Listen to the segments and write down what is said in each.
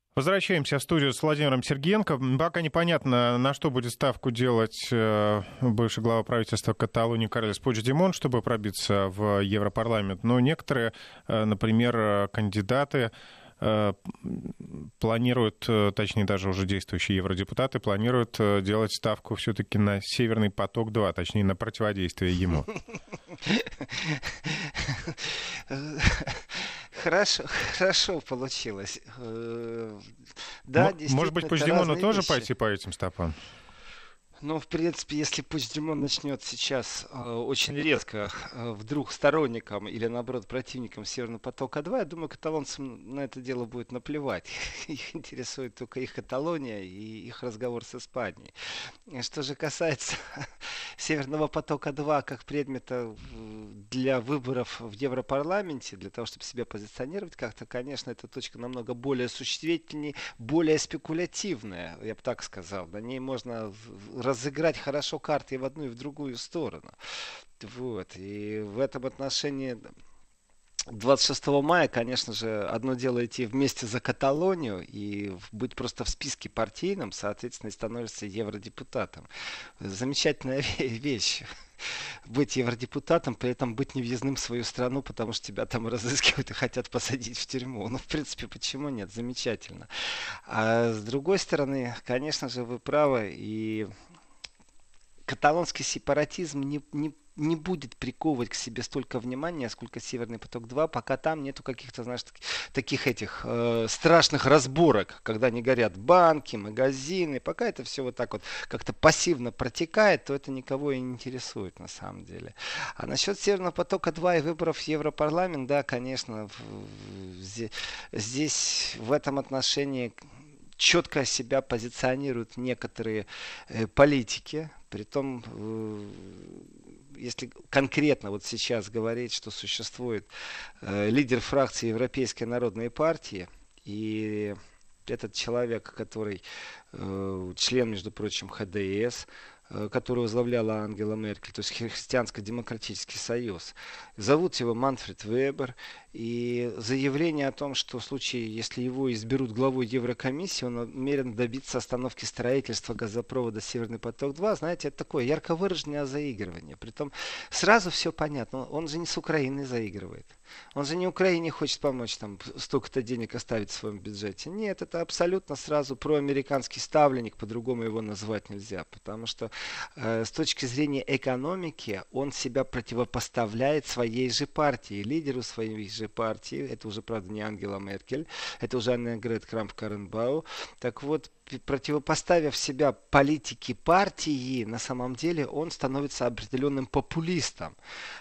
Возвращаемся в студию с Владимиром Сергеенко. Пока непонятно, на что будет ставку делать бывший глава правительства Каталонии Карлес Пучдемон, чтобы пробиться в Европарламент. Но некоторые, например, кандидаты планируют, точнее даже уже действующие евродепутаты, планируют делать ставку все-таки на Северный поток-2, точнее на противодействие ему. Хорошо получилось. Да, Может быть, действительно, это Пучдемону разные тоже вещи. пойти по этим стопам? Ну, в принципе, если Пучдемон начнет сейчас очень резко вдруг сторонникам или, наоборот, противникам Северного потока-2, я думаю, каталонцам на это дело будет наплевать. Их интересует только их Каталония и их разговор с Испанией. Что же касается Северного потока-2 как предмета для выборов в Европарламенте, для того, чтобы себя позиционировать как-то, конечно, эта точка намного более существеннее, более спекулятивная, я бы так сказал. На ней можно разыграть хорошо карты и в одну, и в другую сторону. Вот. И в этом отношении 26 мая, конечно же, одно дело идти вместе за Каталонию и быть просто в списке партийном, соответственно, и становишься евродепутатом. Замечательная вещь. Быть евродепутатом, при этом быть невъездным в свою страну, потому что тебя там разыскивают и хотят посадить в тюрьму. Ну, в принципе, почему нет? Замечательно. А с другой стороны, конечно же, вы правы, и каталонский сепаратизм не будет приковывать к себе столько внимания, сколько Северный поток-2, пока там нету каких-то, знаешь, таких этих страшных разборок, когда не горят банки, магазины. Пока это все вот так вот как-то пассивно протекает, то это никого и не интересует на самом деле. А насчет Северного потока-2 и выборов в Европарламент, да, конечно, здесь в этом отношении четко себя позиционируют некоторые политики. Притом, если конкретно вот сейчас говорить, что существует лидер фракции Европейской народной партии, и этот человек, который член, между прочим, ХДС, которую возглавляла Ангела Меркель, то есть Христианско-демократический союз. Зовут его Манфред Вебер. И заявление о том, что в случае, если его изберут главой Еврокомиссии, он намерен добиться остановки строительства газопровода Северный поток-2, знаете, это такое ярко выраженное заигрывание. Притом сразу все понятно. Он же не с Украиной заигрывает. Он же не Украине хочет помочь там столько-то денег оставить в своем бюджете. Нет, это абсолютно сразу проамериканский ставленник, по-другому его назвать нельзя. Потому что с точки зрения экономики он себя противопоставляет своей же партии, лидеру своей же партии. Это уже, правда, не Ангела Меркель, это уже Аннегрет Крамп-Карренбау. Так вот, противопоставив себя политике партии, на самом деле он становится определенным популистом.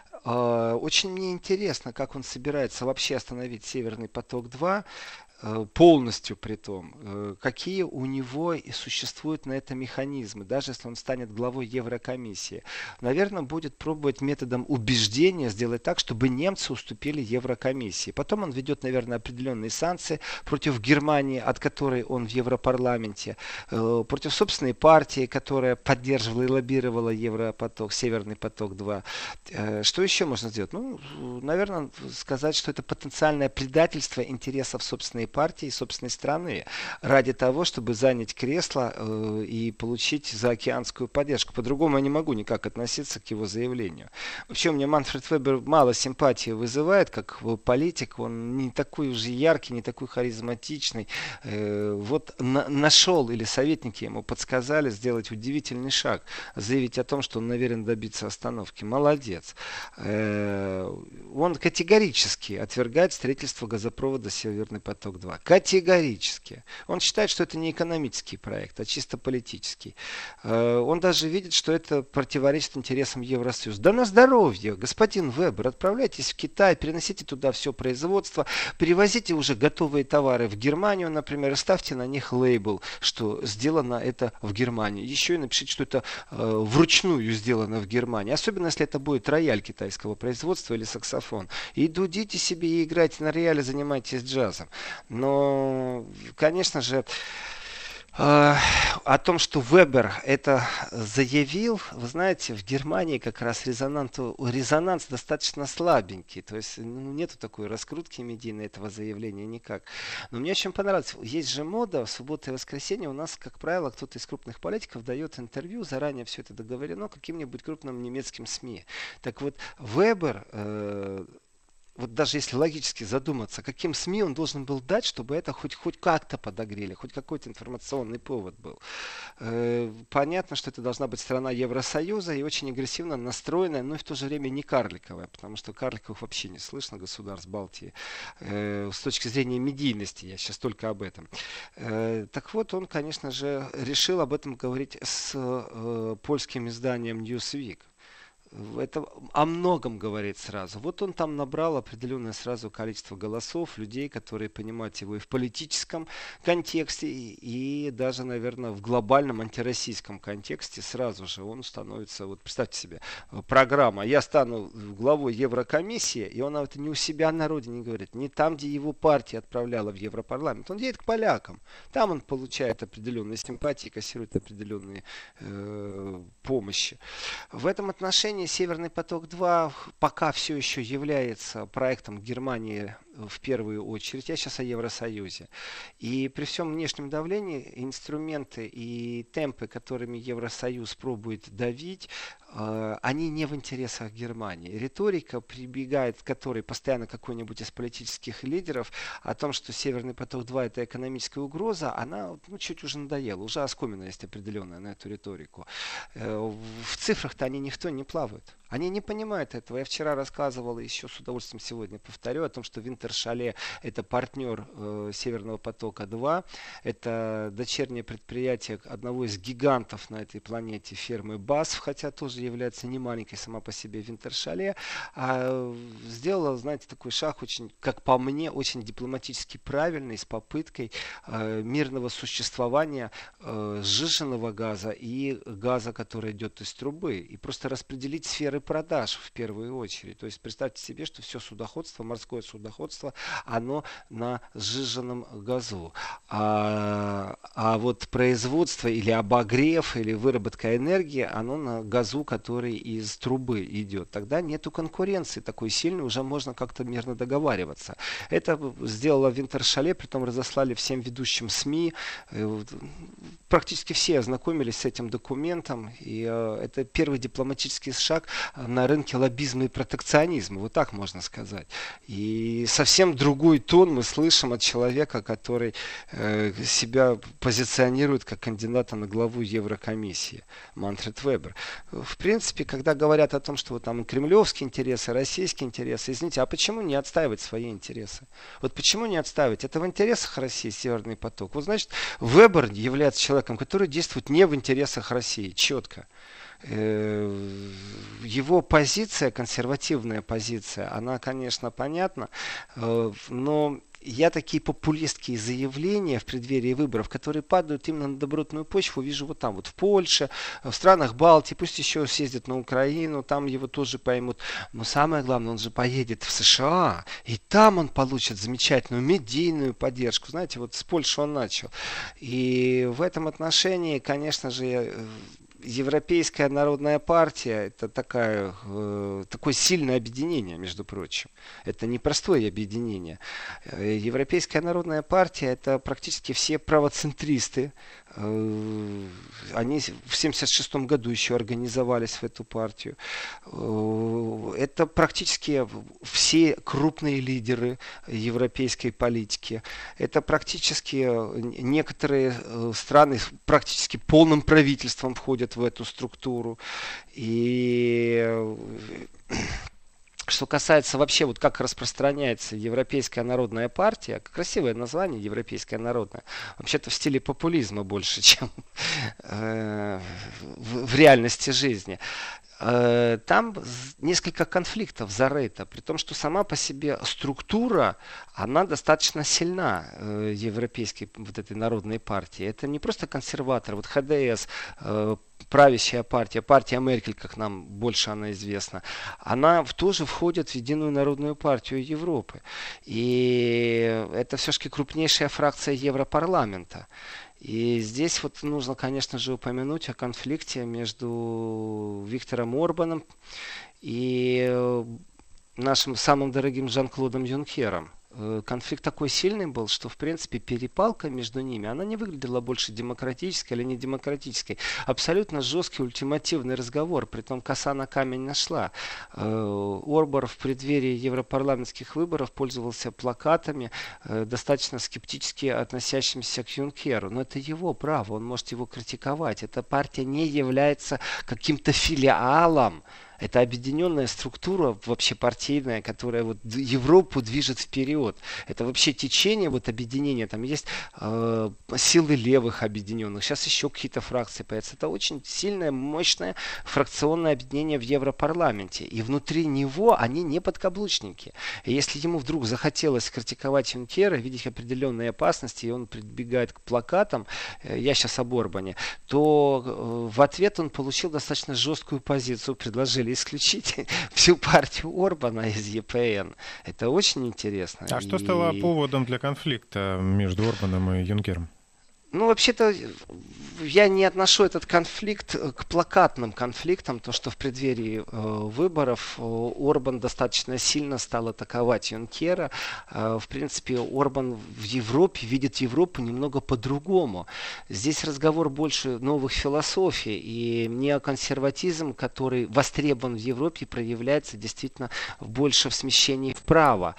Очень мне интересно, как он собирается вообще остановить Северный поток-2, полностью при том, какие у него и существуют на это механизмы, даже если он станет главой Еврокомиссии. Наверное, будет пробовать методом убеждения сделать так, чтобы немцы уступили Еврокомиссии. Потом он ведет, наверное, определенные санкции против Германии, от которой он в Европарламенте, против собственной партии, которая поддерживала и лоббировала Европоток, Северный поток-2. Что еще можно сделать? Ну, наверное, сказать, что это потенциальное предательство интересов собственной партии и собственной страны ради того, чтобы занять кресло и получить заокеанскую поддержку. По-другому я не могу никак относиться к его заявлению. Вообще, мне Манфред Вебер мало симпатии вызывает, как политик. Он не такой уже яркий, не такой харизматичный. Вот нашел, или советники ему подсказали сделать удивительный шаг. Заявить о том, что он намерен добиться остановки. Молодец. Он категорически отвергает строительство газопровода Северный поток-2. Категорически. Он считает, что это не экономический проект, а чисто политический. Он даже видит, что это противоречит интересам Евросоюза. Да на здоровье, господин Вебер, отправляйтесь в Китай, переносите туда все производство, перевозите уже готовые товары в Германию, например, и ставьте на них лейбл, что сделано это в Германии. Еще и напишите, что это вручную сделано в Германии. Особенно, если это будет рояль китайского производства или саксофон. И дудите себе и играйте на рояле, занимайтесь джазом. Но, конечно же, О том, что Вебер это заявил, вы знаете, в Германии как раз резонанс достаточно слабенький. То есть нету такой раскрутки медийной этого заявления никак. Но мне очень понравилось. Есть же мода в субботу и воскресенье у нас, как правило, кто-то из крупных политиков дает интервью, заранее все это договорено каким-нибудь крупным немецким СМИ. Так вот, Вебер вот даже если логически задуматься, каким СМИ он должен был дать, чтобы это хоть как-то подогрели, хоть какой-то информационный повод был. Понятно, что это должна быть страна Евросоюза и очень агрессивно настроенная, но и в то же время не карликовая, потому что карликовых вообще не слышно государств Балтии. С точки зрения медийности, я сейчас только об этом. Так вот, он, конечно же, решил об этом говорить с польским изданием Newsweek. Это о многом говорит сразу. Вот он там набрал определенное сразу количество голосов, людей, которые понимают его и в политическом контексте, и даже, наверное, в глобальном антироссийском контексте сразу же он становится, вот представьте себе, программа «Я стану главой Еврокомиссии», и он это не у себя на родине говорит, не там, где его партия отправляла в Европарламент. Он едет к полякам. Там он получает определенные симпатии, кассирует определенные помощи. В этом отношении Северный поток-2 пока все еще является проектом Германии в первую очередь. Я сейчас о Евросоюзе. И при всем внешнем давлении инструменты и темпы, которыми Евросоюз пробует давить, они не в интересах Германии. Риторика прибегает, к которой постоянно какой-нибудь из политических лидеров о том, что Северный поток-2 это экономическая угроза, она чуть уже надоела. Уже оскомина есть определенная на эту риторику. В цифрах-то они никто не плавают. Они не понимают этого. Я вчера рассказывал, еще с удовольствием сегодня повторю, о том, что Винтершале это партнер Северного потока-2. Это дочернее предприятие одного из гигантов на этой планете фирмы BASF, хотя тоже является не маленькой сама по себе Винтершале. Сделала, знаете, такой шаг, очень, как по мне, очень дипломатически правильный, с попыткой мирного существования сжиженного газа и газа, который идет из трубы. И просто распределить сферы продаж в первую очередь. То есть представьте себе, что все судоходство, морское судоходство, оно на сжиженном газу. А вот производство или обогрев, или выработка энергии, оно на газу, который из трубы идет. Тогда нету конкуренции такой сильной, уже можно как-то мирно договариваться. Это сделала Винтершале, притом разослали всем ведущим СМИ. Практически все ознакомились с этим документом. И это первый дипломатический шаг на рынке лоббизма и протекционизма, вот так можно сказать. И совсем другой тон мы слышим от человека, который себя позиционирует как кандидата на главу Еврокомиссии, Манфред Вебер. В принципе, когда говорят о том, что вот там кремлевские интересы, российские интересы, извините, а почему не отстаивать свои интересы? Вот почему не отстаивать? Это в интересах России, Северный поток. Вот значит, Вебер является человеком, который действует не в интересах России, четко. Его позиция, консервативная позиция, она, конечно, понятна, но я такие популистские заявления в преддверии выборов, которые падают именно на добротную почву, вижу вот там, вот в Польше, в странах Балтии, пусть еще съездит на Украину, там его тоже поймут. Но самое главное, он же поедет в США, и там он получит замечательную медийную поддержку. Знаете, вот с Польши он начал. И в этом отношении, конечно же, Европейская народная партия это такое сильное объединение, между прочим. Это непростое объединение. Европейская народная партия это практически все правоцентристы. Они в 1976 году еще организовались в эту партию. Это практически все крупные лидеры европейской политики. Это практически некоторые страны практически полным правительством входят в эту структуру. И что касается вообще, вот как распространяется Европейская народная партия, красивое название Европейская народная, вообще-то в стиле популизма больше, чем в реальности жизни. Там несколько конфликтов зарыто, при том, что сама по себе структура, она достаточно сильна европейской вот этой народной партии. Это не просто консерваторы, вот ХДС, правящая партия, партия Меркель, как нам больше она известна, она тоже входит в единую народную партию Европы. И это все-таки крупнейшая фракция Европарламента. И здесь вот нужно, конечно же, упомянуть о конфликте между Виктором Орбаном и нашим самым дорогим Жан-Клодом Юнкером. Конфликт такой сильный был, что, в принципе, перепалка между ними, она не выглядела больше демократической или не демократической. Абсолютно жесткий, ультимативный разговор, притом коса на камень нашла. Орбан в преддверии европарламентских выборов пользовался плакатами, достаточно скептически относящимися к Юнкеру. Но это его право, он может его критиковать. Эта партия не является каким-то филиалом. Это объединенная структура вообще партийная, которая вот Европу движет вперед. Это вообще течение, вот объединения. Там есть силы левых объединенных. Сейчас еще какие-то фракции появятся. Это очень сильное, мощное фракционное объединение в Европарламенте. И внутри него они не подкаблучники. И если ему вдруг захотелось критиковать Юнкера, видеть определенные опасности, и он прибегает к плакатам, я сейчас об Орбане, то в ответ он получил достаточно жесткую позицию. Предложили исключить всю партию Орбана из ЕПН. Это очень интересно. А что стало поводом для конфликта между Орбаном и Юнкером? Ну, вообще-то, я не отношу этот конфликт к плакатным конфликтам, то, что в преддверии выборов Орбан достаточно сильно стал атаковать Юнкера. В принципе, Орбан в Европе видит Европу немного по-другому. Здесь разговор больше новых философий, и неоконсерватизм, который востребован в Европе, проявляется действительно больше в смещении вправо.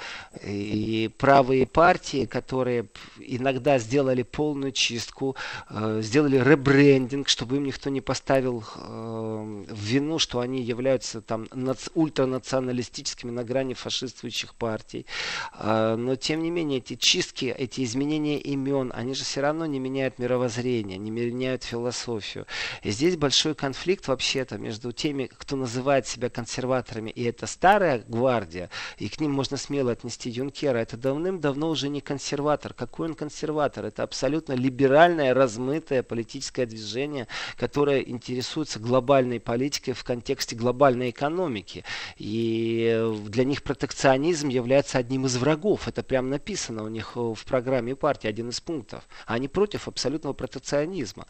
И правые партии, которые иногда сделали полную чистку, сделали ребрендинг, чтобы им никто не поставил в вину, что они являются там ультранационалистическими на грани фашистующих партий. Но тем не менее эти чистки, эти изменения имен, они же все равно не меняют мировоззрение, не меняют философию. И здесь большой конфликт вообще-то между теми, кто называет себя консерваторами, и это старая гвардия, и к ним можно смело отнести Юнкера. Это давным-давно уже не консерватор. Какой он консерватор? Это абсолютно либеральное, размытое политическое движение, которое интересуется глобальной политикой в контексте глобальной экономики. И для них протекционизм является одним из врагов. Это прямо написано у них в программе партии, один из пунктов. Они против абсолютного протекционизма.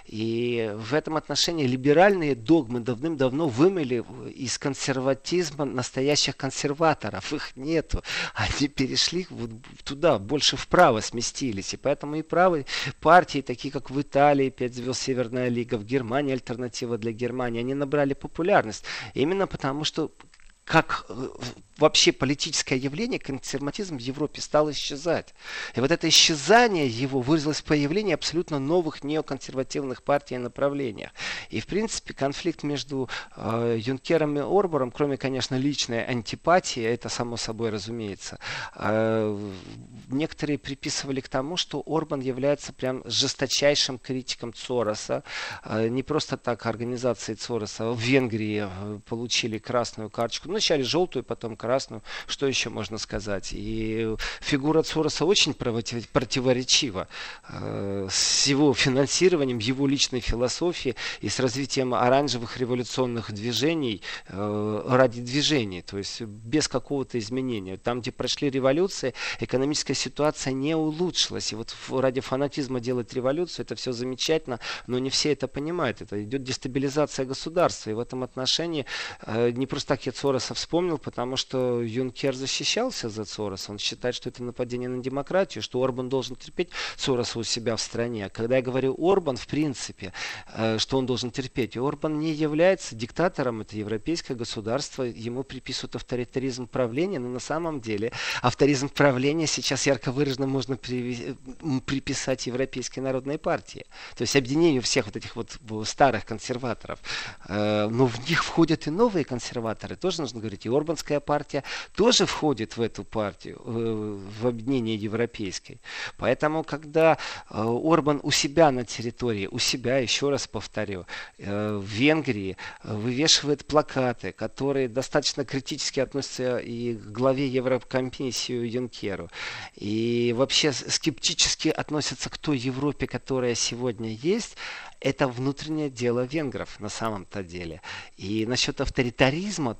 И в этом отношении либеральные догмы давным-давно вымыли из консерватизма настоящих консерваторов. Их нету. Они перешли вот туда, больше вправо сместились. И поэтому и правые партии, такие как в Италии, 5 звезд Северная Лига, в Германии альтернатива для Германии, они набрали популярность. Именно потому, что как вообще политическое явление, консерватизм в Европе стал исчезать. И вот это исчезание его выразилось в появлении абсолютно новых неоконсервативных партий и направлениях. И, в принципе, конфликт между Юнкером и Орбаном, кроме, конечно, личной антипатии, это само собой разумеется, некоторые приписывали к тому, что Орбан является прям жесточайшим критиком Сороса. Не просто так организации Сороса в Венгрии получили красную карточку. Вначале желтую, потом красную. Что еще можно сказать? И фигура Сороса очень противоречива. С его финансированием, его личной философией и с развитием оранжевых революционных движений ради движений. То есть без какого-то изменения. Там, где прошли революции, экономическая ситуация не улучшилась. И вот ради фанатизма делать революцию, это все замечательно, но не все это понимают. Это идет дестабилизация государства. И в этом отношении не просто так я Сороса вспомнил, потому что Юнкер защищался за Сороса. Он считает, что это нападение на демократию, что Орбан должен терпеть Сороса у себя в стране. Когда я говорю Орбан, в принципе, что он должен терпеть, и Орбан не является диктатором, это европейское государство, ему приписывают авторитаризм правления, но на самом деле авторитаризм правления сейчас ярко выраженно можно приписать Европейской народной партии. То есть объединению всех вот этих вот старых консерваторов. Но в них входят и новые консерваторы, тоже нужно говорить, и Орбанская партия тоже входит в эту партию, в объединение европейской. Поэтому, когда Орбан у себя на территории, у себя, еще раз повторю, в Венгрии вывешивает плакаты, которые достаточно критически относятся и к главе Еврокомиссии Юнкеру, и вообще скептически относятся к той Европе, которая сегодня есть, это внутреннее дело венгров на самом-то деле. И насчет авторитаризма, то тут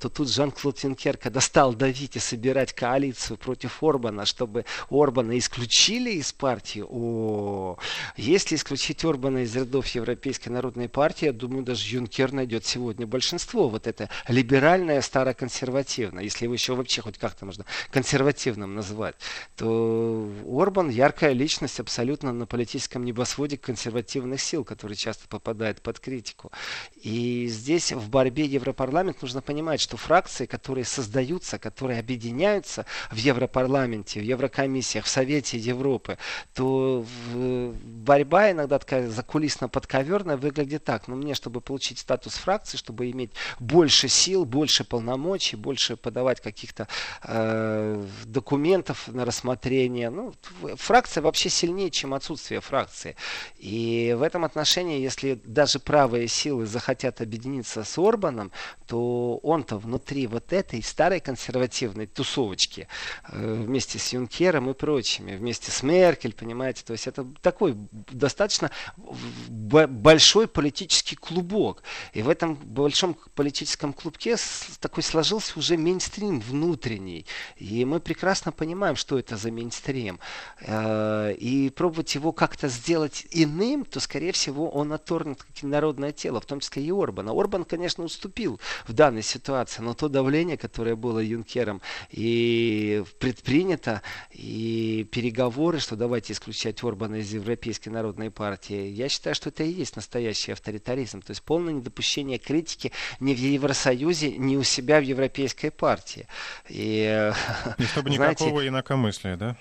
Жан-Клод Юнкер, когда стал давить и собирать коалицию против Орбана, чтобы Орбана исключили из партии, если исключить Орбана из рядов Европейской народной партии, я думаю, даже Юнкер найдет сегодня большинство. Вот это либеральное, староконсервативное, если его еще вообще хоть как-то можно консервативным назвать, то Орбан яркая личность абсолютно на политическом небосводе консервативных сил, который часто попадает под критику. И здесь в борьбе Европарламент нужно понимать, что фракции, которые создаются, которые объединяются в Европарламенте, в Еврокомиссиях, в Совете Европы, то борьба иногда такая закулисно-подковерная выглядит так. Но мне, чтобы получить статус фракции, чтобы иметь больше сил, больше полномочий, больше подавать каких-то документов на рассмотрение, фракция вообще сильнее, чем отсутствие фракции. И в этом отношении, если даже правые силы захотят объединиться с Орбаном, то он-то внутри вот этой старой консервативной тусовочки вместе с Юнкером и прочими, вместе с Меркель, понимаете, то есть это такой достаточно большой политический клубок. И в этом большом политическом клубке такой сложился уже мейнстрим внутренний. И мы прекрасно понимаем, что это за мейнстрим. И пробовать его как-то сделать иным, то, скорее всего, он отторгнет народное тело, в том числе и Орбана. Орбан, конечно, уступил в данной ситуации, но то давление, которое было Юнкером и предпринято, и переговоры, что давайте исключать Орбана из Европейской народной партии, я считаю, что это и есть настоящий авторитаризм. То есть полное недопущение критики ни в Евросоюзе, ни у себя в Европейской партии. И чтобы никакого инакомыслия, да?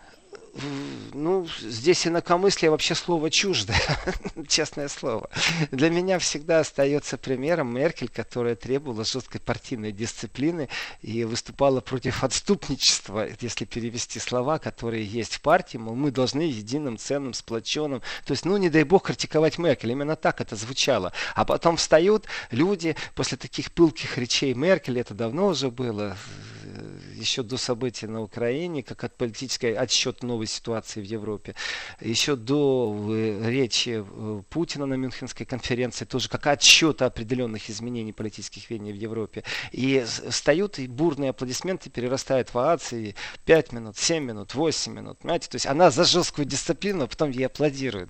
Здесь инакомыслие вообще слово чуждое, честное слово. Для меня всегда остается примером Меркель, которая требовала жесткой партийной дисциплины и выступала против отступничества, если перевести слова, которые есть в партии, мол, мы должны единым, ценным, сплоченным. То есть, не дай бог критиковать Меркель, именно так это звучало. А потом встают люди после таких пылких речей Меркель, это давно уже было, еще до событий на Украине, как от политической отсчет новой ситуации в Европе, еще до речи Путина на Мюнхенской конференции, тоже как отсчет определенных изменений политических веяний в Европе. И встают, и бурные аплодисменты перерастают в овации 5 минут, 7 минут, 8 минут. Понимаете? То есть она за жесткую дисциплину, а потом ей аплодируют.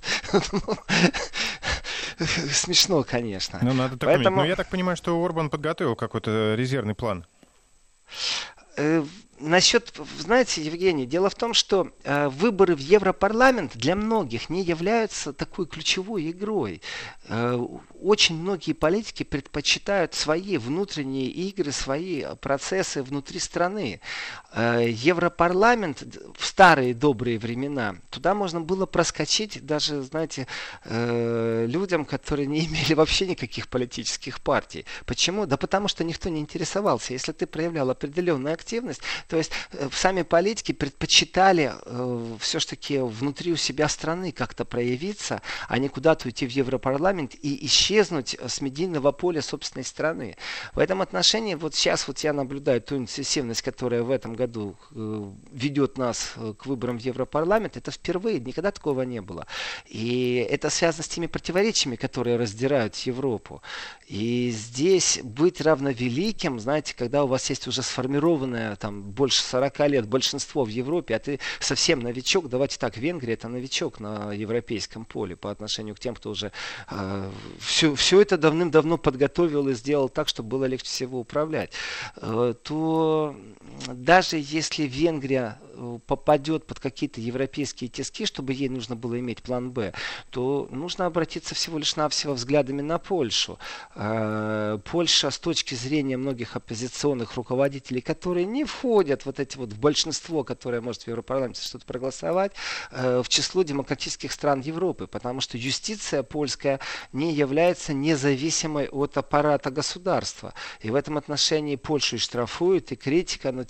Смешно, конечно. Надо так понимать. Но я так понимаю, что Орбан подготовил какой-то резервный план. Насчет, знаете, Евгений, дело в том, что выборы в Европарламент для многих не являются такой ключевой игрой. Очень многие политики предпочитают свои внутренние игры, свои процессы внутри страны. Европарламент в старые добрые времена, туда можно было проскочить даже, знаете, людям, которые не имели вообще никаких политических партий. Почему? Да потому что никто не интересовался. Если ты проявлял определенную активность, то есть сами политики предпочитали все-таки внутри у себя страны как-то проявиться, а не куда-то уйти в Европарламент и исчезнуть с медийного поля собственной страны. В этом отношении вот сейчас я наблюдаю ту интенсивность, которая в этом году ведет нас к выборам в Европарламент. Это впервые, никогда такого не было. И это связано с теми противоречиями, которые раздирают Европу. И здесь быть равновеликим, знаете, когда у вас есть уже сформированное больше 40 лет большинство в Европе, а ты совсем новичок, давайте так, Венгрия это новичок на европейском поле по отношению к тем, кто уже все это давным-давно подготовил и сделал так, чтобы было легче всего управлять, то даже если Венгрия попадет под какие-то европейские тиски, чтобы ей нужно было иметь план Б, то нужно обратиться всего лишь навсего взглядами на Польшу. Польша с точки зрения многих оппозиционных руководителей, которые не входят в большинство, которое может в Европарламенте что-то проголосовать, в число демократических стран Европы, потому что юстиция польская не является независимой от аппарата государства. И в этом отношении Польшу и штрафуют, и критика, но тем не менее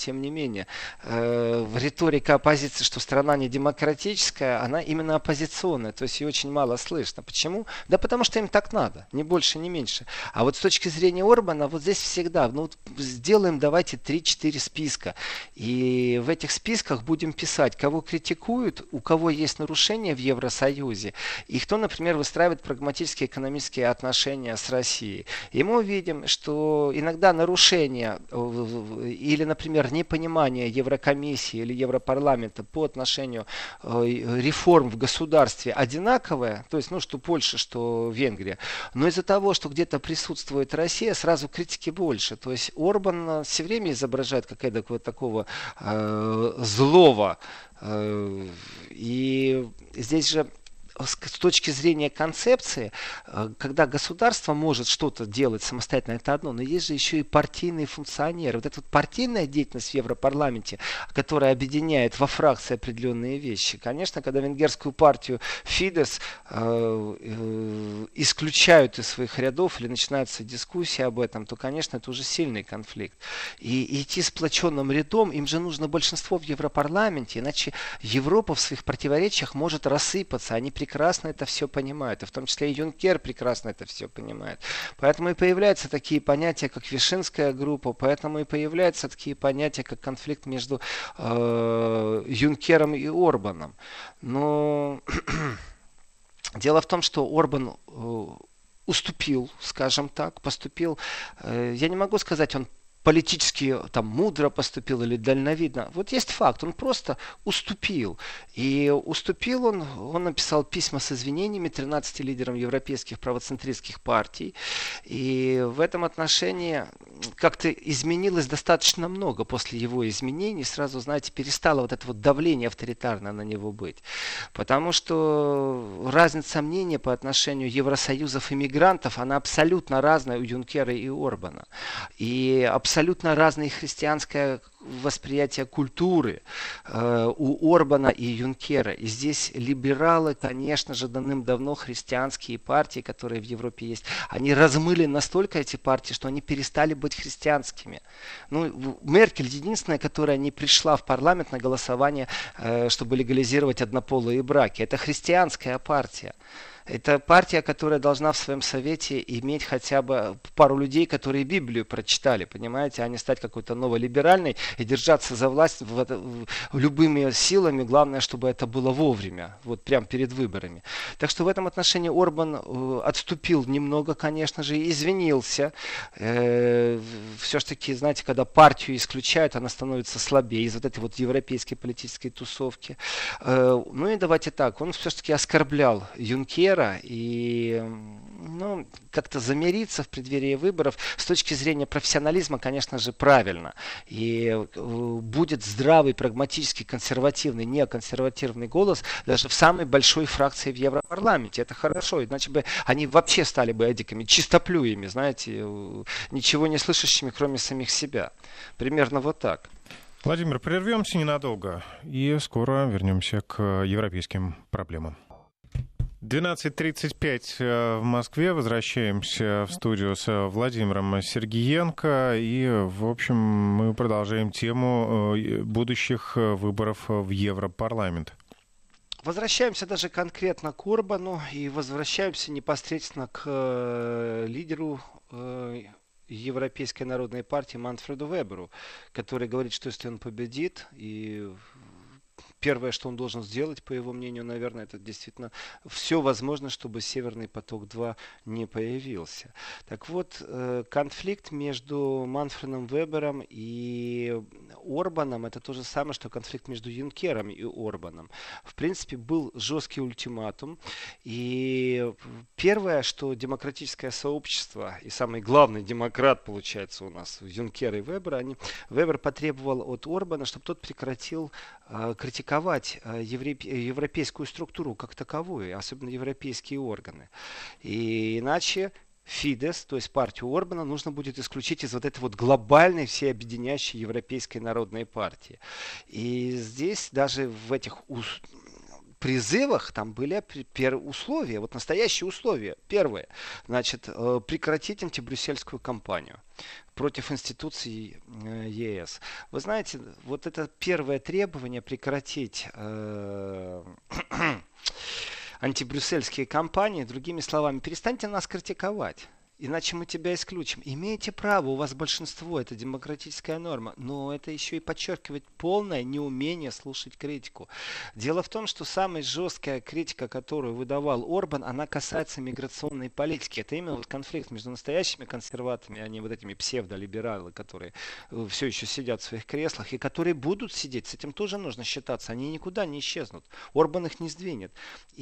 менее, риторика оппозиции, что страна не демократическая, она именно оппозиционная, то есть ее очень мало слышно. Почему? Да потому что им так надо, ни больше, ни меньше. А вот с точки зрения Орбана, вот здесь всегда, ну, сделаем давайте 3-4 списка. И в этих списках будем писать, кого критикуют, у кого есть нарушения в Евросоюзе, и кто, например, выстраивает прагматические экономические отношения с Россией. И мы увидим, что иногда нарушения или, например, непонимание Еврокомиссии или Европарламента по отношению реформ в государстве одинаковое, то есть, ну, что Польша, что Венгрия, но из-за того, что где-то присутствует Россия, сразу критики больше. То есть Орбан все время изображает какого-то такого злого. И здесь же с точки зрения концепции, когда государство может что-то делать самостоятельно, это одно, но есть же еще и партийные функционеры. Вот эта вот партийная деятельность в Европарламенте, которая объединяет во фракции определенные вещи. Конечно, когда венгерскую партию Фидес исключают из своих рядов или начинаются дискуссии об этом, то, конечно, это уже сильный конфликт. И идти сплоченным рядом, им же нужно большинство в Европарламенте, иначе Европа в своих противоречиях может рассыпаться. Они прекрасно это все понимают, и в том числе и Юнкер прекрасно это все понимает. Поэтому и появляются такие понятия, как Вишинская группа, поэтому и появляются такие понятия, как конфликт между Юнкером и Орбаном. Но дело в том, что Орбан уступил, скажем так, поступил, я не могу сказать, он политически там мудро поступил или дальновидно. Вот есть факт, он просто уступил. И уступил он написал письма с извинениями 13 лидерам европейских правоцентристских партий. И в этом отношении как-то изменилось достаточно много после его изменений. Сразу, знаете, перестало вот это вот давление авторитарное на него быть. Потому что разница мнений по отношению Евросоюзов и мигрантов, она абсолютно разная у Юнкера и Орбана. И абсолютно разное христианское восприятие культуры у Орбана и Юнкера. И здесь либералы, конечно же, давным-давно христианские партии, которые в Европе есть, они размыли настолько эти партии, что они перестали быть христианскими. Ну, Меркель единственная, которая не пришла в парламент на голосование, чтобы легализировать однополые браки. Это христианская партия. Это партия, которая должна в своем совете иметь хотя бы пару людей, которые Библию прочитали, понимаете, а не стать какой-то новолиберальной и держаться за власть любыми силами. Главное, чтобы это было вовремя, вот прямо перед выборами. Так что в этом отношении Орбан отступил немного, конечно же, и извинился. Все-таки, знаете, когда партию исключают, она становится слабее из вот этой вот европейской политической тусовки. Ну и давайте так, он все-таки оскорблял Юнкера, и ну, как-то замириться в преддверии выборов с точки зрения профессионализма, конечно же, правильно. И будет здравый, прагматический, консервативный, неоконсервативный голос даже в самой большой фракции в Европарламенте. Это хорошо, иначе бы они вообще стали бы эдиками, чистоплюями, знаете, ничего не слышащими, кроме самих себя. Примерно вот так. Владимир, прервемся ненадолго и скоро вернемся к европейским проблемам. 12:35 в Москве. Возвращаемся в студию с Владимиром Сергиенко. И, в общем, мы продолжаем тему будущих выборов в Европарламент. Возвращаемся даже конкретно к Орбану и возвращаемся непосредственно к лидеру Европейской народной партии Манфреду Веберу, который говорит, что если он победит, и первое, что он должен сделать, по его мнению, наверное, это действительно все возможно, чтобы Северный поток-2 не появился. Так вот, конфликт между Манфредом Вебером и Орбаном, это то же самое, что конфликт между Юнкером и Орбаном. В принципе, был жесткий ультиматум. И первое, что демократическое сообщество, и самый главный демократ, получается, у нас, Юнкер и Вебер, Вебер потребовал от Орбана, чтобы тот прекратил критиковать европейскую структуру как таковую, особенно европейские органы. И иначе Фидес, то есть партию Орбана, нужно будет исключить из вот этой вот глобальной всеобъединяющей Европейской народной партии. И здесь даже в этих призывах там были условия, вот настоящие условия. Первое, значит, прекратить антибрюссельскую кампанию против институций ЕС. Вы знаете, вот это первое требование прекратить антибрюссельские кампании, другими словами, перестаньте нас критиковать. Иначе мы тебя исключим. Имеете право, у вас большинство, это демократическая норма. Но это еще и подчеркивает полное неумение слушать критику. Дело в том, что самая жесткая критика, которую выдавал Орбан, она касается миграционной политики. Это именно вот конфликт между настоящими консерваторами, а не вот этими псевдолибералы, которые все еще сидят в своих креслах и которые будут сидеть. С этим тоже нужно считаться. Они никуда не исчезнут. Орбан их не сдвинет.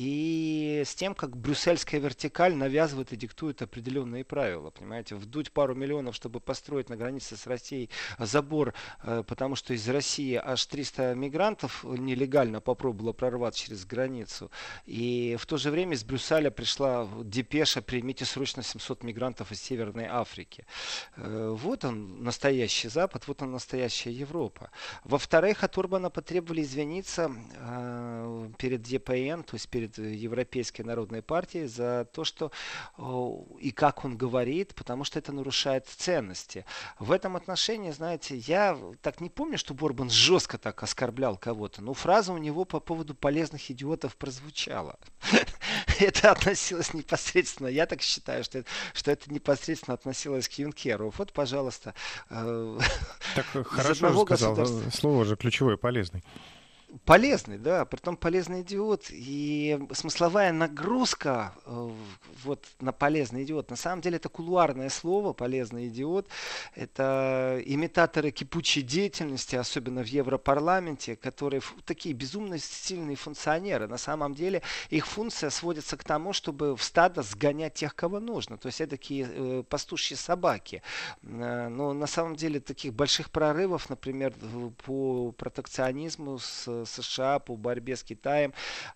И с тем, как брюссельская вертикаль навязывает и диктует определенные правила, понимаете, вдуть пару миллионов, чтобы построить на границе с Россией забор, потому что из России аж 300 мигрантов нелегально попробовало прорваться через границу. И в то же время из Брюсселя пришла депеша: примите срочно 700 мигрантов из Северной Африки. Вот он настоящий Запад, вот он настоящая Европа. Во-вторых, от Орбана потребовали извиниться перед ЕПН, то есть перед Европейской народной партией, за то, что и как он говорит, потому что это нарушает ценности. В этом отношении, знаете, я так не помню, чтобы Орбан жестко так оскорблял кого-то, но фраза у него по поводу полезных идиотов прозвучала. Это относилось непосредственно, я так считаю, что это непосредственно относилось к Юнкеру. Вот, пожалуйста. Так хорошо же сказал, слово же ключевое, полезный. Полезный, да, притом полезный идиот. И смысловая нагрузка вот на полезный идиот. На самом деле это кулуарное слово, полезный идиот. Это имитаторы кипучей деятельности, особенно в Европарламенте, которые такие безумно сильные функционеры. На самом деле их функция сводится к тому, чтобы в стадо сгонять тех, кого нужно. То есть это такие пастушьи собаки. Но на самом деле таких больших прорывов, например, по протекционизму с США, по борьбе с Китаем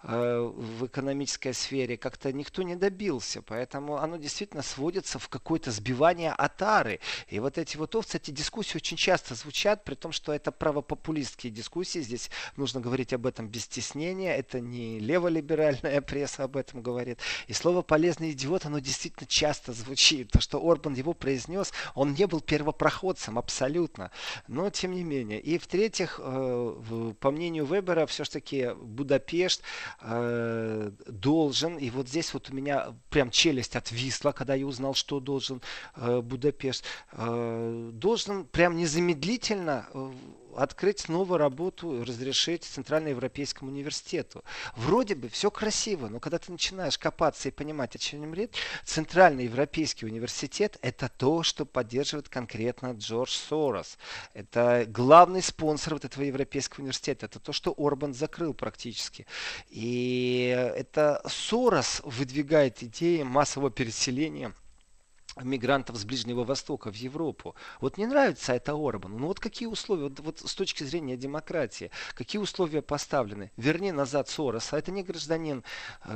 в экономической сфере как-то никто не добился. Поэтому оно действительно сводится в какое-то сбивание отары. И вот эти вот овцы, эти дискуссии очень часто звучат, при том, что это правопопулистские дискуссии. Здесь нужно говорить об этом без стеснения. Это не леволиберальная пресса об этом говорит. И слово «полезный идиот», оно действительно часто звучит. То, что Орбан его произнес, он не был первопроходцем абсолютно. Но тем не менее. И в-третьих, по мнению Вебера, все-таки Будапешт должен, и вот здесь вот у меня прям челюсть отвисла, когда я узнал, что должен Будапешт, должен прям незамедлительно открыть новую работу, разрешить Центральноевропейскому университету. Вроде бы все красиво, но когда ты начинаешь копаться и понимать, о чем речь, Центральноевропейский университет — это то, что поддерживает конкретно Джордж Сорос. Это главный спонсор вот этого Европейского университета. Это то, что Орбан закрыл практически. И это Сорос выдвигает идеи массового переселения мигрантов с Ближнего Востока в Европу. Вот не нравится это Орбану. Ну вот какие условия, вот с точки зрения демократии, какие условия поставлены? Верни назад Сороса. Это не гражданин,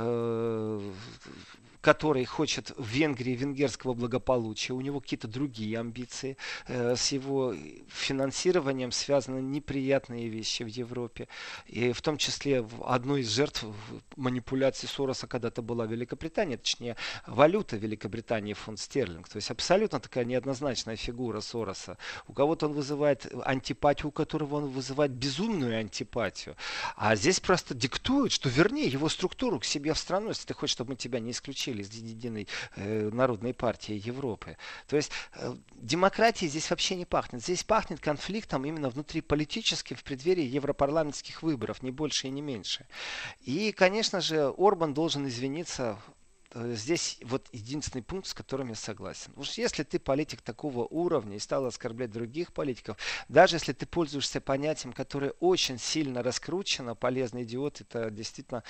который хочет в Венгрии венгерского благополучия. У него какие-то другие амбиции. С его финансированием связаны неприятные вещи в Европе. И в том числе одной из жертв манипуляций Сороса когда-то была Великобритания, точнее валюта Великобритании, фунт стерлинг. То есть абсолютно такая неоднозначная фигура Сороса. У кого-то он вызывает антипатию, у которого он вызывает безумную антипатию. А здесь просто диктуют, что верни его структуру к себе в страну, если ты хочешь, чтобы мы тебя не исключили из единой народной партии Европы. То есть демократии здесь вообще не пахнет. Здесь пахнет конфликтом именно внутриполитическим в преддверии европарламентских выборов, не больше и не меньше. И, конечно же, Орбан должен извиниться. Здесь вот единственный пункт, с которым я согласен. Уж если ты политик такого уровня и стал оскорблять других политиков, даже если ты пользуешься понятием, которое очень сильно раскручено, полезный идиот, это действительно,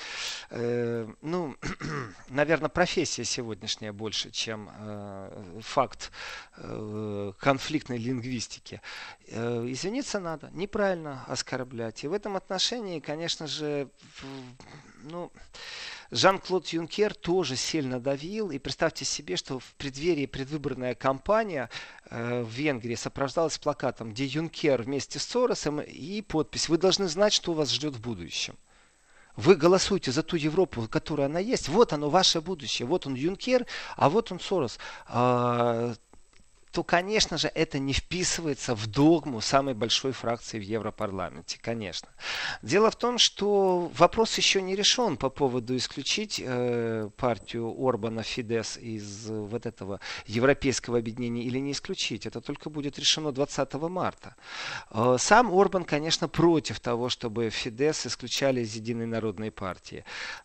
наверное, профессия сегодняшняя больше, чем факт конфликтной лингвистики. Извиниться надо, неправильно оскорблять. И в этом отношении, конечно же, Жан-Клод Юнкер тоже сильно давил. И представьте себе, что в преддверии предвыборная кампания в Венгрии сопровождалась плакатом, где Юнкер вместе с Соросом и подпись: «Вы должны знать, что вас ждет в будущем». вы голосуете за ту Европу, которая она есть, вот оно ваше будущее, вот он Юнкер, а вот он Сорос. То, конечно же, это не вписывается в догму самой большой фракции в Европарламенте, конечно. Дело в том, что вопрос еще не решен по поводу исключить партию Орбана Фидес из вот этого европейского объединения или не исключить. Это только будет решено 20 марта. Сам Орбан, конечно, против того, чтобы Фидес исключали из Единой народной партии.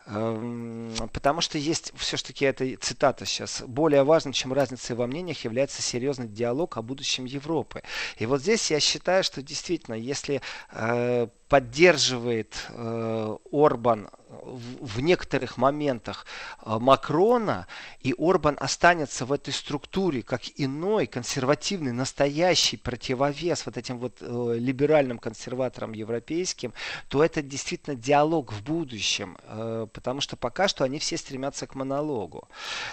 Потому что есть все-таки, эта цитата сейчас, более важным, чем разница во мнениях, является серьезный диалог о будущем Европы. И вот здесь я считаю, что действительно, если поддерживает Орбан в некоторых моментах Макрона, и Орбан останется в этой структуре как иной, консервативный, настоящий противовес вот этим вот либеральным консерваторам европейским, то это действительно диалог в будущем, потому что пока что они все стремятся к монологу.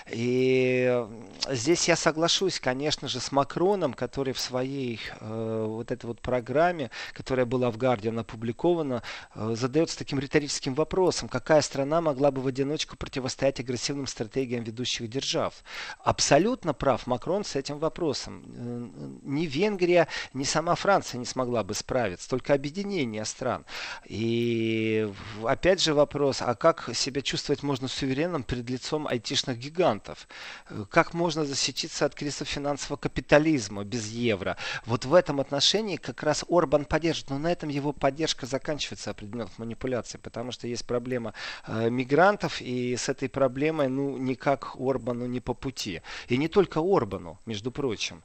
И здесь я соглашусь, конечно же, с Макроном, который в своей вот этой вот программе, которая была в Guardian опубликована, задается таким риторическим вопросом: какая страна могла бы в одиночку противостоять агрессивным стратегиям ведущих держав? Абсолютно прав Макрон с этим вопросом. Ни Венгрия, ни сама Франция не смогла бы справиться, только объединение стран. И опять же вопрос, а как себя чувствовать можно суверенным перед лицом айтишных гигантов? Как можно защититься от кризиса финансового капитализма без евро? Вот в этом отношении как раз Орбан поддержит, но на этом его поддержка заканчивается определенных манипуляций, потому что есть проблема мигрантов, и с этой проблемой никак Орбану не по пути. И не только Орбану, между прочим.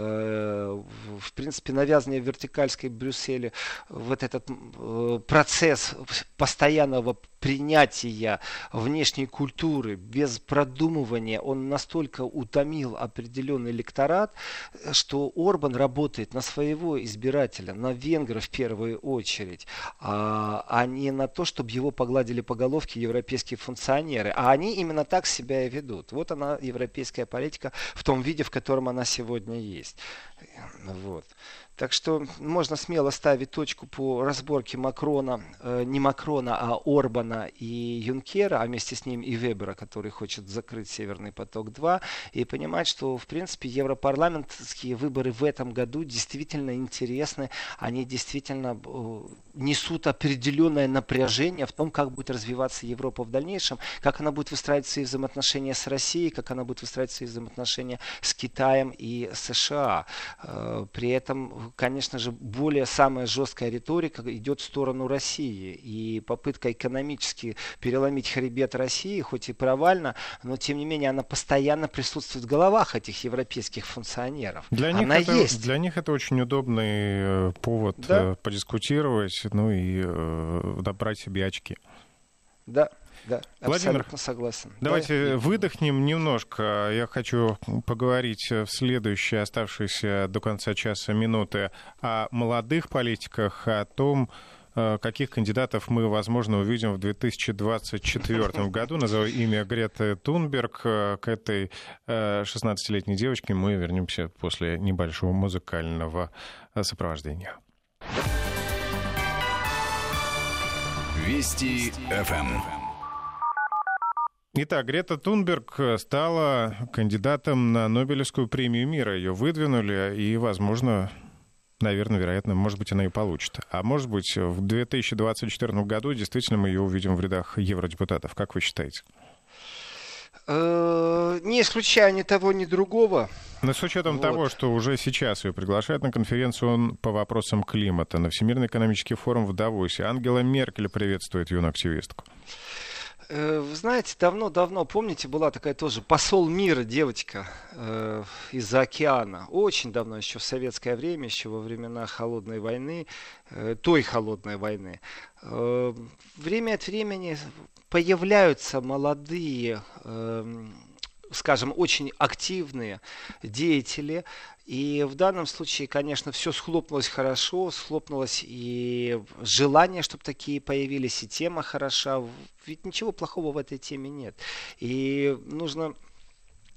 В принципе, навязывание вертикальской Брюсселе, вот этот процесс постоянного принятия внешней культуры без продумывания, он настолько утомил определенный электорат, что Орбан работает на своего избирателя, на венгров в первую очередь, а не на то, чтобы его погладили по головке европейские функционеры. А они именно так себя и ведут. Вот она, европейская политика, в том виде, в котором она сегодня есть. Вот. Так что можно смело ставить точку по разборке Макрона, не Макрона, а Орбана и Юнкера, а вместе с ним и Вебера, который хочет закрыть Северный поток-2, и понимать, что, в принципе, европарламентские выборы в этом году действительно интересны, они действительно несут определенное напряжение в том, как будет развиваться Европа в дальнейшем, как она будет выстраивать свои взаимоотношения с Россией, как она будет выстраивать свои взаимоотношения с Китаем и США. При этом, конечно же, самая жесткая риторика идет в сторону России. И попытка экономически переломить хребет России, хоть и провально, но тем не менее она постоянно присутствует в головах этих европейских функционеров. Для них это очень удобный повод подискутировать, и добрать себе очки. Да. Владимир, абсолютно согласен. Давайте выдохнем немножко. Я хочу поговорить в следующие оставшиеся до конца часа минуты о молодых политиках, о том, каких кандидатов мы, возможно, увидим в 2024 году. Назову имя Греты Тунберг. К этой 16-летней девочке мы вернемся после небольшого музыкального сопровождения. Вести ФМ. Итак, Грета Тунберг стала кандидатом на Нобелевскую премию мира. Ее выдвинули, и, возможно, наверное, вероятно, может быть, она и получит. А может быть, в 2024 году действительно мы ее увидим в рядах евродепутатов. Как вы считаете? Не исключая ни того, ни другого. Но с учетом того, что уже сейчас ее приглашают на конференцию по вопросам климата, на Всемирный экономический форум в Давосе, Ангела Меркель приветствует юную активистку. Вы знаете, давно, помните, была такая тоже посол мира девочка из-за океана. Очень давно, еще в советское время, еще во времена холодной войны, той холодной войны. Время от времени появляются молодые, скажем, очень активные деятели. И в данном случае, конечно, все схлопнулось хорошо, схлопнулось и желание, чтобы такие появились, и тема хороша. Ведь ничего плохого в этой теме нет. И нужно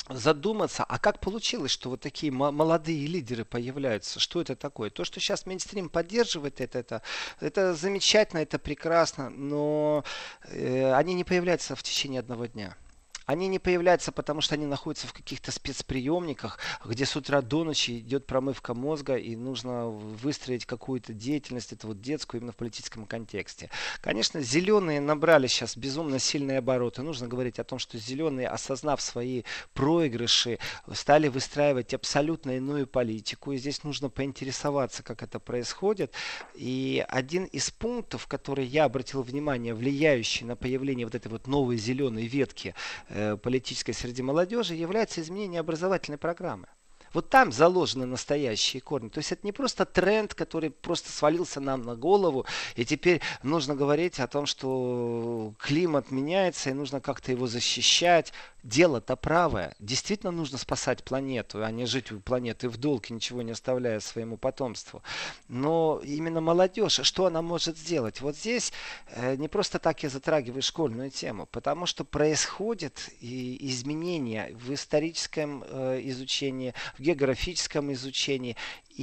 задуматься, а как получилось, что вот такие молодые лидеры появляются? Что это такое? То, что сейчас мейнстрим поддерживает это замечательно, это прекрасно, но они не появляются в течение одного дня. Они не появляются, потому что они находятся в каких-то спецприемниках, где с утра до ночи идет промывка мозга, и нужно выстроить какую-то деятельность, это вот детскую, именно в политическом контексте. Конечно, зеленые набрали сейчас безумно сильные обороты. Нужно говорить о том, что зеленые, осознав свои проигрыши, стали выстраивать абсолютно иную политику. И здесь нужно поинтересоваться, как это происходит. И один из пунктов, который я обратил внимание, влияющий на появление вот этой вот новой зеленой ветки политической среди молодежи, является изменение образовательной программы. Вот там заложены настоящие корни. То есть это не просто тренд, который просто свалился нам на голову, и теперь нужно говорить о том, что климат меняется, и нужно как-то его защищать. Дело-то правое. Действительно нужно спасать планету, а не жить у планеты в долг, ничего не оставляя своему потомству. Но именно молодежь, что она может сделать? Вот здесь не просто так я затрагиваю школьную тему, потому что происходят изменения в историческом изучении, в географическом изучении.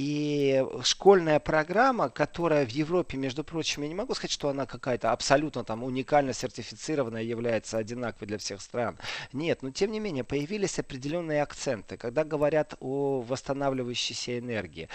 И школьная программа, которая в Европе, между прочим, я не могу сказать, что она какая-то абсолютно там уникально сертифицированная, является одинаковой для всех стран. Нет, но тем не менее появились определенные акценты, когда говорят о восстанавливающейся энергии.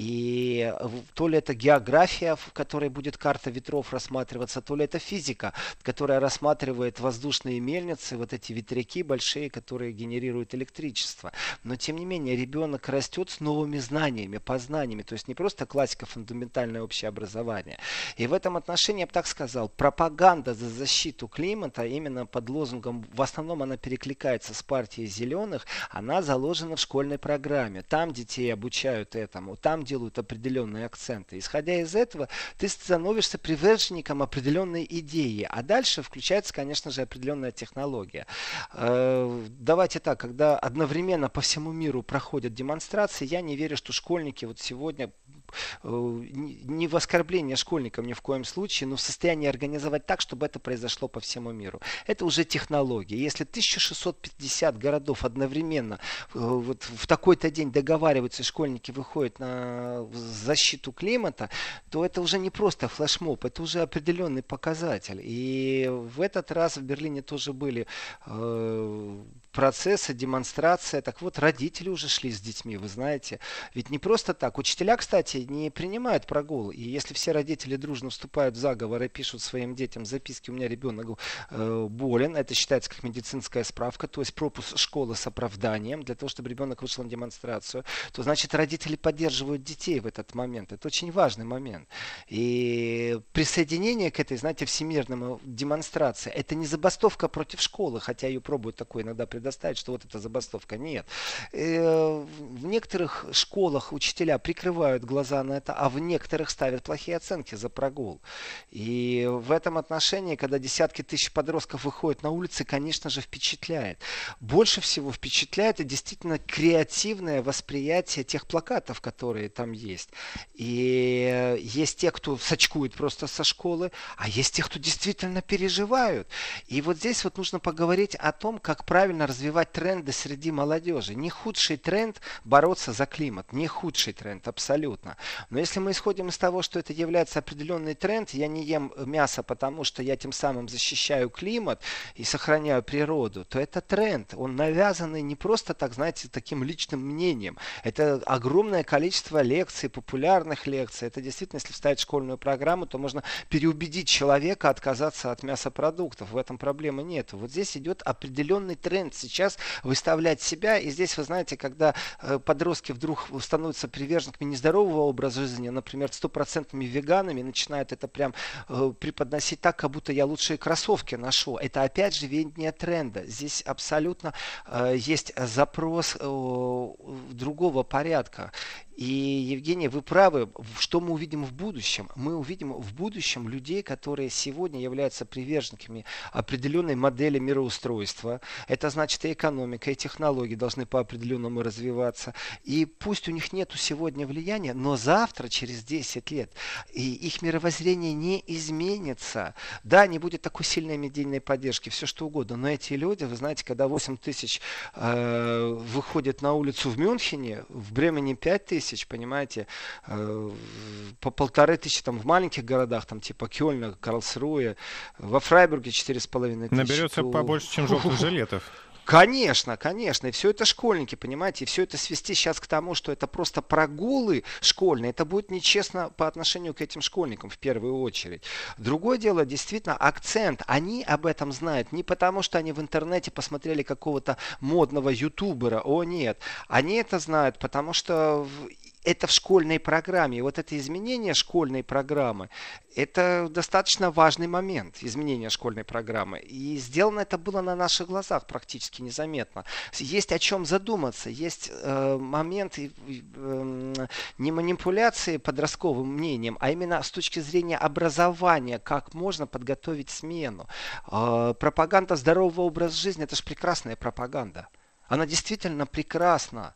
И то ли это география, в которой будет карта ветров рассматриваться, то ли это физика, которая рассматривает воздушные мельницы, вот эти ветряки большие, которые генерируют электричество. Но тем не менее ребенок растет с новыми знаниями, познаниями, то есть не просто классика, фундаментальное общее образование. И в этом отношении я бы так сказал, пропаганда за защиту климата именно под лозунгом, в основном она перекликается с партией зеленых, она заложена в школьной программе. Там детей обучают этому, там делают определенные акценты. Исходя из этого, ты становишься приверженником определенной идеи, а дальше включается, конечно же, определенная технология. Давайте так, когда одновременно по всему миру проходят демонстрации, я не верю, что школьники вот сегодня, не в оскорбление школьникам ни в коем случае, но в состоянии организовать так, чтобы это произошло по всему миру. Это уже технология. Если 1650 городов одновременно вот в такой-то день договариваются, и школьники выходят на защиту климата, то это уже не просто флешмоб, это уже определенный показатель. И в этот раз в Берлине тоже были процессы, демонстрация. Так вот, родители уже шли с детьми, вы знаете. Ведь не просто так. Учителя, кстати, не принимают прогул. И если все родители дружно вступают в заговор и пишут своим детям записки, у меня ребенок болен, это считается как медицинская справка, то есть пропуск школы с оправданием, для того, чтобы ребенок вышел на демонстрацию, то значит родители поддерживают детей в этот момент. Это очень важный момент. И присоединение к этой, знаете, всемирной демонстрации, это не забастовка против школы, хотя ее пробуют такое иногда предоставить, что вот это забастовка. Нет. В некоторых школах учителя прикрывают глаза на это, а в некоторых ставят плохие оценки за прогул. И в этом отношении, когда десятки тысяч подростков выходят на улицы, конечно же, впечатляет. Больше всего впечатляет и действительно креативное восприятие тех плакатов, которые там есть. И есть те, кто сочкует просто со школы, а есть те, кто действительно переживают. И вот здесь вот нужно поговорить о том, как правильно развивать тренды среди молодежи. Не худший тренд бороться за климат, не худший тренд абсолютно. Но если мы исходим из того, что это является определенный тренд, я не ем мясо, потому что я тем самым защищаю климат и сохраняю природу, то это тренд. Он навязанный не просто так, знаете, таким личным мнением. Это огромное количество лекций, популярных лекций. Это действительно, если вставить в школьную программу, то можно переубедить человека отказаться от мясопродуктов. В этом проблемы нет. Вот здесь идет определенный тренд сейчас выставлять себя. И здесь, вы знаете, когда подростки вдруг становятся приверженниками нездорового образа жизни, например, 100% веганами, начинают это прям преподносить так, как будто я лучшие кроссовки ношу. Это опять же видение тренда. Здесь абсолютно есть запрос другого порядка. И, Евгений, вы правы. Что мы увидим в будущем? Мы увидим в будущем людей, которые сегодня являются приверженниками определенной модели мироустройства. Это значит, и экономика, и технологии должны по определенному развиваться. И пусть у них нет сегодня влияния, но завтра, через 10 лет, и их мировоззрение не изменится. Да, не будет такой сильной медийной поддержки, все что угодно. Но эти люди, вы знаете, когда 8 тысяч выходят на улицу в Мюнхене, в Бремени 5 тысяч, понимаете, по 1500 там в маленьких городах, там типа Кёльна, Карлсруэ, во Фрайбурге 4500. Наберется побольше, чем желтых жилетов. Конечно, конечно. И все это школьники, понимаете. И все это свести сейчас к тому, что это просто прогулы школьные. Это будет нечестно по отношению к этим школьникам в первую очередь. Другое дело, действительно, акцент. Они об этом знают не потому, что они в интернете посмотрели какого-то модного ютубера. О, нет. Они это знают, потому что это в школьной программе. И вот это изменение школьной программы, это достаточно важный момент, изменение школьной программы. И сделано это было на наших глазах практически незаметно. Есть о чем задуматься, есть момент не манипуляции подростковым мнением, а именно с точки зрения образования, как можно подготовить смену. Пропаганда здорового образа жизни, это же прекрасная пропаганда. Она действительно прекрасна.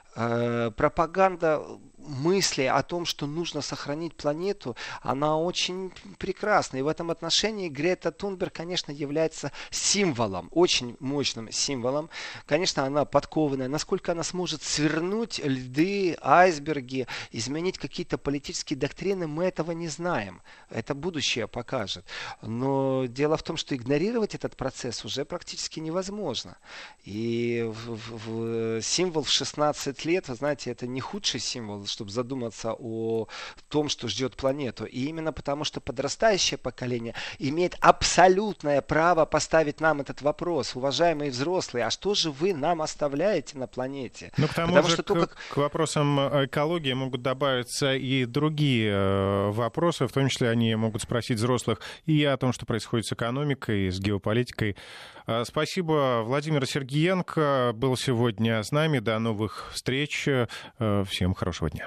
Пропаганда мысли о том, что нужно сохранить планету, она очень прекрасна. И в этом отношении Грета Тунберг, конечно, является символом, очень мощным символом. Конечно, она подкованная. Насколько она сможет свернуть льды, айсберги, изменить какие-то политические доктрины, мы этого не знаем. Это будущее покажет. Но дело в том, что игнорировать этот процесс уже практически невозможно. И символ в 16 лет, вы знаете, это не худший символ, чтобы задуматься о том, что ждет планету. И именно потому, что подрастающее поколение имеет абсолютное право поставить нам этот вопрос. Уважаемые взрослые, а что же вы нам оставляете на планете? Ну, к тому же, к вопросам экологии могут добавиться и другие вопросы, в том числе они могут спросить взрослых и о том, что происходит с экономикой, с геополитикой. Спасибо. Владимир Сергиенко был сегодня с нами. До новых встреч. Всем хорошего дня.